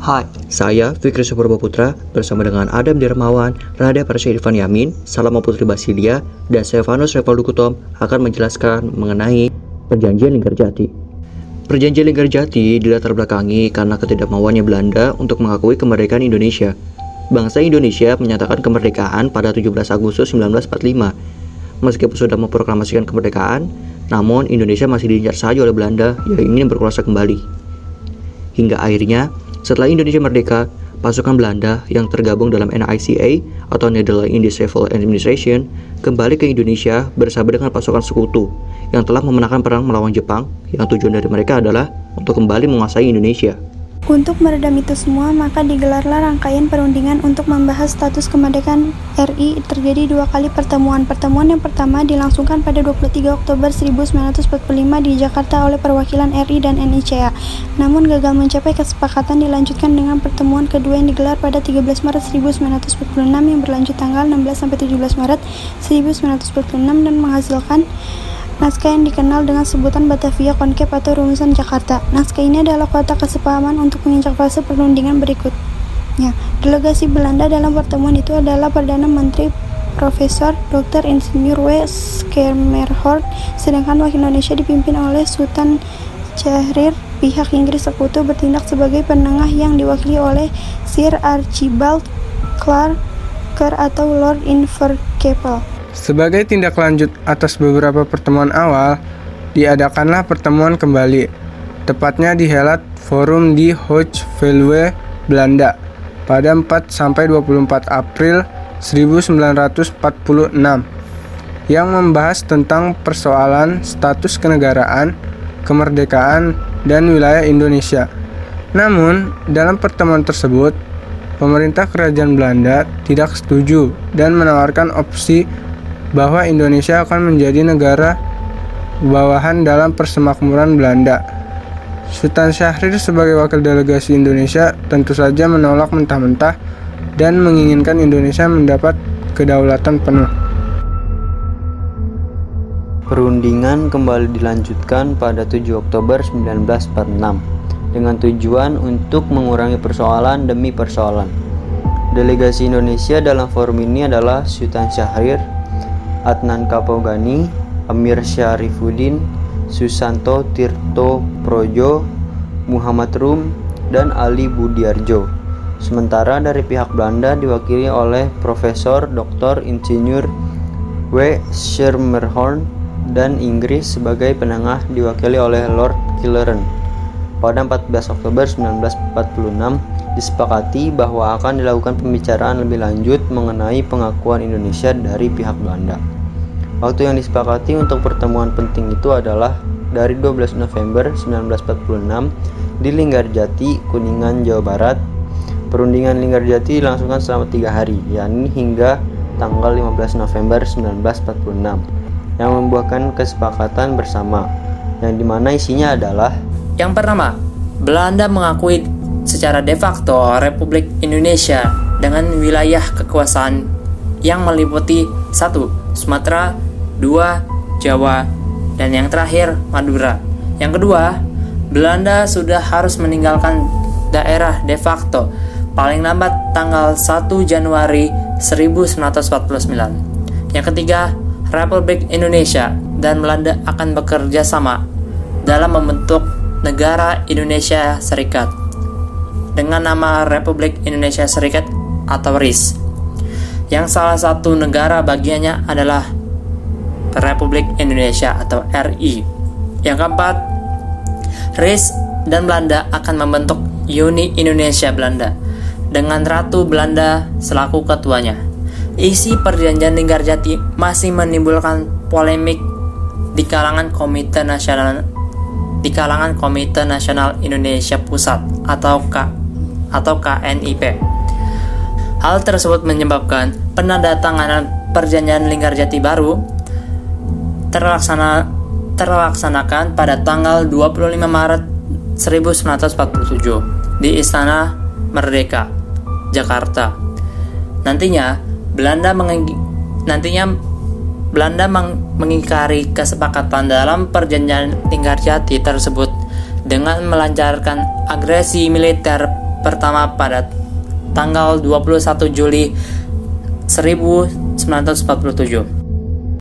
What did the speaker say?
Hai, saya Fikri Superba Putra bersama dengan Adam Dirmawan, Rada Parsya Irfan Yamin, Salama Putri Basilia, dan Stefanus Revaldo Kutom akan menjelaskan mengenai Perjanjian Linggarjati. Perjanjian Linggarjati dilatar belakangi karena ketidakmauannya Belanda untuk mengakui kemerdekaan Indonesia. Bangsa Indonesia menyatakan kemerdekaan pada 17 Agustus 1945. Meskipun sudah memproklamasikan kemerdekaan, namun Indonesia masih diincar saja oleh Belanda yang ingin berkuasa kembali. Hingga akhirnya, setelah Indonesia merdeka, pasukan Belanda yang tergabung dalam NICA atau Netherlands Indies Civil Administration kembali ke Indonesia bersama dengan pasukan sekutu yang telah memenangkan perang melawan Jepang, yang tujuan dari mereka adalah untuk kembali menguasai Indonesia. Untuk meredam itu semua, maka digelarlah rangkaian perundingan untuk membahas status kemerdekaan RI. Terjadi dua kali pertemuan. Pertemuan yang pertama dilangsungkan pada 23 Oktober 1945 di Jakarta oleh perwakilan RI dan NICA. Namun gagal mencapai kesepakatan, dilanjutkan dengan pertemuan kedua yang digelar pada 13 Maret 1946 yang berlanjut tanggal 16-17 Maret 1946 dan menghasilkan naskah yang dikenal dengan sebutan Batavia Conclave atau Rumusan Jakarta. Naskah ini adalah kotak kesepahaman untuk menginjak fase perundingan berikutnya. Delegasi Belanda dalam pertemuan itu adalah Perdana Menteri Profesor Dr. Insinyur W. Schermerhorn, sedangkan wakil Indonesia dipimpin oleh Sultan Syahrir. Pihak Inggris Sekutu bertindak sebagai penengah yang diwakili oleh Sir Archibald Clarke atau Lord Inverkeppel. Sebagai tindak lanjut atas beberapa pertemuan awal, diadakanlah pertemuan kembali, tepatnya di Helat Forum di Hoogeveen, Belanda, pada 4-24 April 1946, yang membahas tentang persoalan status kenegaraan, kemerdekaan, dan wilayah Indonesia. Namun, dalam pertemuan tersebut, pemerintah Kerajaan Belanda tidak setuju dan menawarkan opsi bahwa Indonesia akan menjadi negara bawahan dalam persemakmuran Belanda. Sultan Syahrir sebagai wakil delegasi Indonesia tentu saja menolak mentah-mentah dan menginginkan Indonesia mendapat kedaulatan penuh. Perundingan kembali dilanjutkan pada 7 Oktober 1946 dengan tujuan untuk mengurangi persoalan demi persoalan. Delegasi Indonesia dalam forum ini adalah Sultan Syahrir, Adnan Kapogani, Amir Syarifuddin, Susanto Tirto Projo, Muhammad Rum, dan Ali Budiarjo. Sementara dari pihak Belanda diwakili oleh Profesor Dr. Insinyur W. Schermerhorn dan Inggris sebagai penengah diwakili oleh Lord Killearn. Pada 14 Oktober 1946 disepakati bahwa akan dilakukan pembicaraan lebih lanjut mengenai pengakuan Indonesia dari pihak Belanda. Waktu yang disepakati untuk pertemuan penting itu adalah dari 12 November 1946 di Linggarjati, Kuningan, Jawa Barat. Perundingan Linggarjati dilangsungkan selama 3 hari, yakni hingga tanggal 15 November 1946, yang membuahkan kesepakatan bersama, yang dimana isinya adalah: yang pertama, Belanda mengakui secara de facto Republik Indonesia dengan wilayah kekuasaan yang meliputi 1. Sumatera, 2. Jawa, dan yang terakhir Madura. Yang kedua, Belanda sudah harus meninggalkan daerah de facto paling lambat tanggal 1 Januari 1949. Yang ketiga, Republik Indonesia dan Belanda akan bekerja sama dalam membentuk Negara Indonesia Serikat dengan nama Republik Indonesia Serikat atau RIS, yang salah satu negara bagiannya adalah Republik Indonesia atau RI. Yang keempat, RIS dan Belanda akan membentuk Uni Indonesia Belanda dengan Ratu Belanda selaku ketuanya. Isi perjanjian Linggarjati masih menimbulkan polemik di kalangan Komite Nasional Indonesia Pusat atau KNIP. Hal tersebut menyebabkan penandatanganan perjanjian Linggarjati baru terlaksanakan pada tanggal 25 Maret 1947 di Istana Merdeka, Jakarta. Nantinya Belanda mengingkari kesepakatan dalam perjanjian Linggarjati tersebut dengan melancarkan agresi militer pertama pada tanggal 21 Juli 1947.